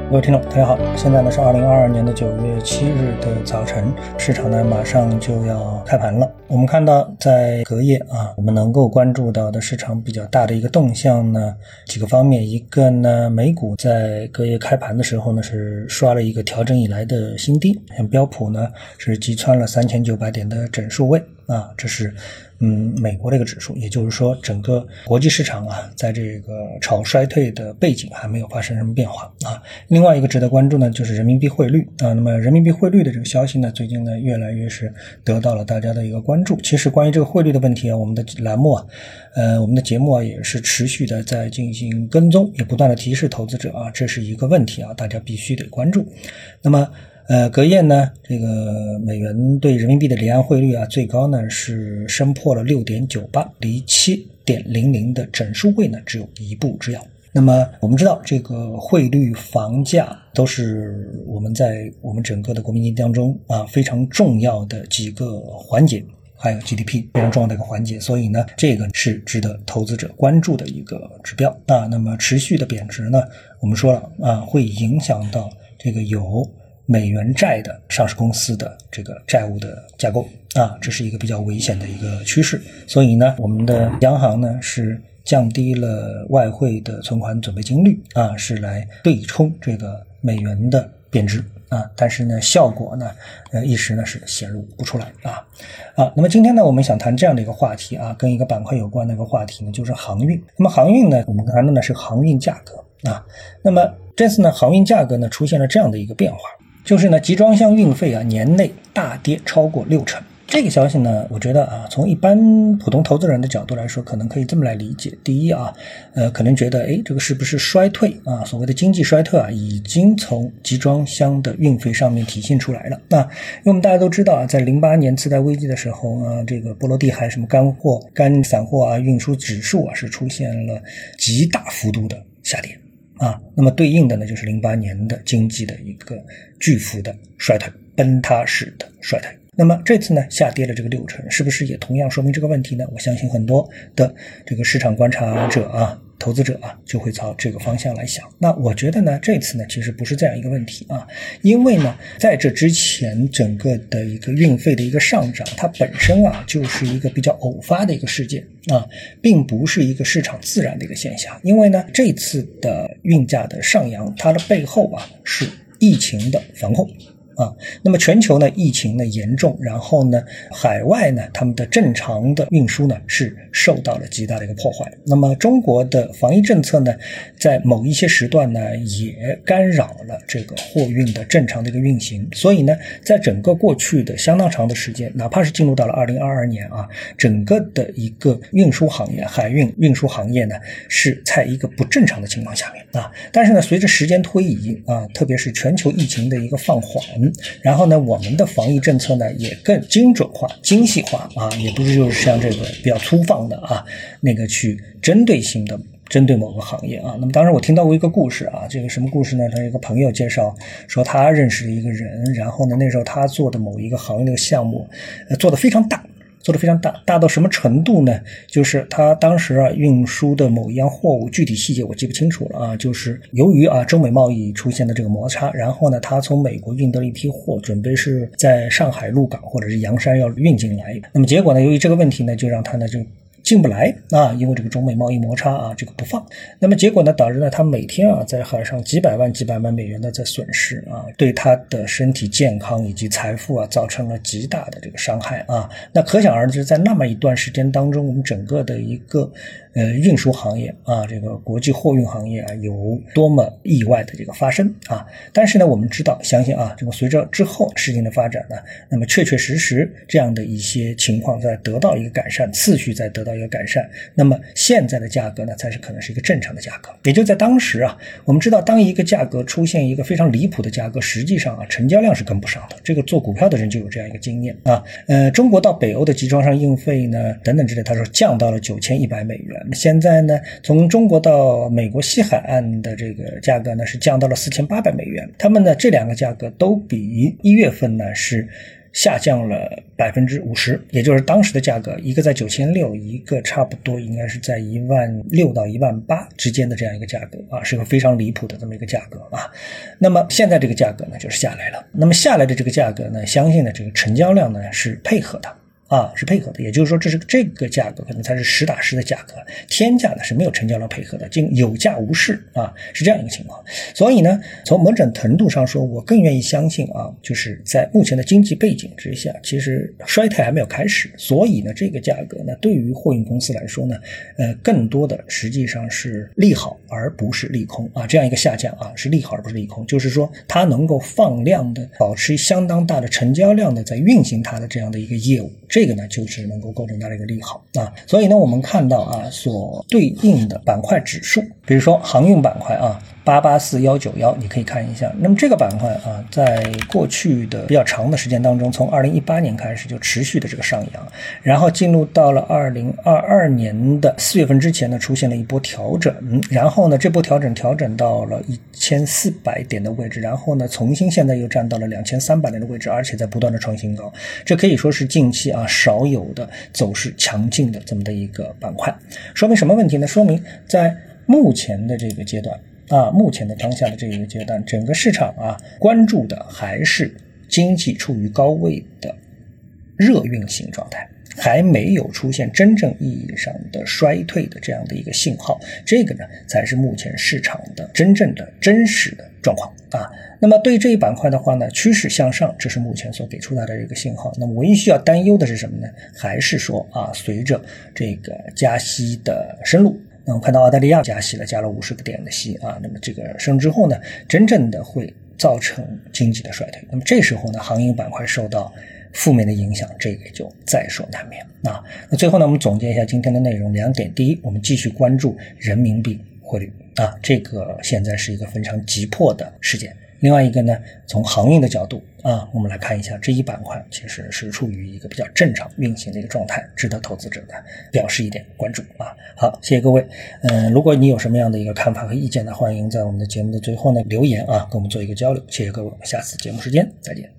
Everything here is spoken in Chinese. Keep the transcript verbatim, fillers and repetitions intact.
各位听众大家好，现在呢是二零二二年的九月七日的早晨，市场呢马上就要开盘了。我们看到在隔夜啊，我们能够关注到的市场比较大的一个动向呢，几个方面。一个呢，美股在隔夜开盘的时候呢是刷了一个调整以来的新低，像标普呢是击穿了三千九百点的整数位啊，这是嗯美国的一个指数，也就是说整个国际市场啊，在这个炒衰退的背景还没有发生什么变化啊。另外一个值得关注呢，就是人民币汇率啊。那么人民币汇率的这个消息呢，最近呢越来越是得到了大家的一个关注。其实关于这个汇率的问题啊，我们的栏目啊，呃，我们的节目啊也是持续的在进行跟踪，也不断的提示投资者啊，这是一个问题啊，大家必须得关注。那么呃，隔夜呢，这个美元对人民币的离岸汇率啊，最高呢是升破了 六点九八， 离 七点零零 的整数位呢只有一步之遥。那么我们知道这个汇率、房价都是我们在我们整个的国民经济当中啊非常重要的几个环节，还有 G D P 非常重要的一个环节，所以呢这个是值得投资者关注的一个指标啊。那么持续的贬值呢，我们说了啊，会影响到这个有美元债的上市公司的这个债务的架构啊，这是一个比较危险的一个趋势。所以呢，我们的央行呢是降低了外汇的存款准备金率啊，是来对冲这个美元的贬值啊，但是呢效果呢呃一时呢是显露不出来啊啊。那么今天呢我们想谈这样的一个话题啊，跟一个板块有关的一个话题呢，就是航运。那么航运呢，我们谈的呢是航运价格啊。那么这次呢航运价格呢出现了这样的一个变化，就是呢集装箱运费啊年内大跌超过六成。这个消息呢，我觉得啊，从一般普通投资人的角度来说，可能可以这么来理解。第一啊，呃，可能觉得，诶，这个是不是衰退啊？所谓的经济衰退啊，已经从集装箱的运费上面体现出来了。那因为我们大家都知道啊，在零八年次贷危机的时候啊，这个波罗的海什么干货、干散货啊，运输指数啊是出现了极大幅度的下跌啊。那么对应的呢，就是零八年的经济的一个巨幅的衰退，崩塌式的衰退。那么这次呢下跌了这个六成，是不是也同样说明这个问题呢？我相信很多的这个市场观察者啊、投资者啊就会朝这个方向来想。那我觉得呢这次呢其实不是这样一个问题啊，因为呢在这之前整个的一个运费的一个上涨，它本身啊就是一个比较偶发的一个事件啊，并不是一个市场自然的一个现象。因为呢这次的运价的上扬，它的背后啊是疫情的防控啊，那么全球呢疫情呢严重，然后呢海外呢他们的正常的运输呢是受到了极大的一个破坏。那么中国的防疫政策呢在某一些时段呢也干扰了这个货运的正常的一个运行，所以呢在整个过去的相当长的时间，哪怕是进入到了二零二二年啊，整个的一个运输行业、海运运输行业呢是在一个不正常的情况下面啊。但是呢随着时间推移啊，特别是全球疫情的一个放缓，然后呢我们的防疫政策呢也更精准化、精细化啊，也不是就是像这个比较粗放的啊，那个去针对性的针对某个行业啊。那么当时我听到过一个故事啊，这个什么故事呢？他一个朋友介绍说他认识了一个人，然后呢那时候他做的某一个行业的项目呃做得非常大，做得非常大，大到什么程度呢？就是他当时啊运输的某一样货物，具体细节我记不清楚了啊，就是由于啊中美贸易出现的这个摩擦，然后呢他从美国运得了一批货，准备是在上海鹿港或者是洋山要运进来，那么结果呢由于这个问题呢，就让他呢就进不来啊，因为这个中美贸易摩擦啊，这个不放。那么结果呢，导致呢他每天啊在海上几百万几百万美元的在损失啊，对他的身体健康以及财富啊造成了极大的这个伤害啊。那可想而知，在那么一段时间当中，我们整个的一个呃运输行业啊，这个国际货运行业啊，有多么意外的这个发生啊。但是呢，我们知道，相信啊，这个随着之后事情的发展呢，那么确确实实这样的一些情况在得到一个改善，次序在得到一个改善，那么现在的价格呢才是可能是一个正常的价格。也就在当时啊，我们知道当一个价格出现一个非常离谱的价格，实际上啊成交量是跟不上的，这个做股票的人就有这样一个经验啊。呃，中国到北欧的集装箱运费呢等等之类，他说降到了九千一百美元，现在呢从中国到美国西海岸的这个价格呢是降到了四千八百美元，他们呢这两个价格都比一月份呢是下降了百分之五十，也就是当时的价格，一个在九千六，一个差不多应该是在一万六到一万八之间的这样一个价格啊，是个非常离谱的这么一个价格啊。那么现在这个价格呢，就是下来了。那么下来的这个价格呢，相信呢这个成交量呢是配合的。啊，是配合的，也就是说，这是这个价格可能才是实打实的价格，天价呢是没有成交量配合的，仅有价无市啊，是这样一个情况。所以呢，从某种程度上说，我更愿意相信啊，就是在目前的经济背景之下，其实衰退还没有开始，所以呢，这个价格呢，对于货运公司来说呢，呃，更多的实际上是利好而不是利空啊，这样一个下降啊，是利好而不是利空，就是说它能够放量的，保持相当大的成交量的在运行它的这样的一个业务。这个呢就是能够构成它的一个利好啊，所以呢我们看到啊所对应的板块指数，比如说航运板块啊八八四一九一，你可以看一下。那么这个板块啊，在过去的比较长的时间当中，从二零一八年开始就持续的这个上扬，然后进入到了二零二二年的四月份之前呢，出现了一波调整，然后呢这波调整调整到了一千四百点的位置，然后呢重新现在又站到了两千三百点的位置，而且在不断的创新高，这可以说是近期啊少有的走势强劲的这么的一个板块。说明什么问题呢？说明在目前的这个阶段啊，目前的当下的这个阶段，整个市场啊关注的还是经济处于高位的热运行状态，还没有出现真正意义上的衰退的这样的一个信号，这个呢才是目前市场的真正的真实的状况啊。那么对这一板块的话呢，趋势向上，这是目前所给出来的一个信号。那么唯一需要担忧的是什么呢？还是说啊，随着这个加息的深入，那我们看到澳大利亚加息了，加了五十个点的息啊，那么这个升之后呢，真正的会造成经济的衰退。那么这时候呢，航运板块受到负面的影响，这个就在所难免啊。那最后呢，我们总结一下今天的内容两点：第一，我们继续关注人民币汇率啊，这个现在是一个非常急迫的事件。另外一个呢，从航运的角度啊，我们来看一下这一板块其实是处于一个比较正常运行的一个状态，值得投资者呢表示一点关注啊。好，谢谢各位。嗯，如果你有什么样的一个看法和意见呢，欢迎在我们的节目的最后呢留言啊，跟我们做一个交流。谢谢各位，我们下次节目时间再见。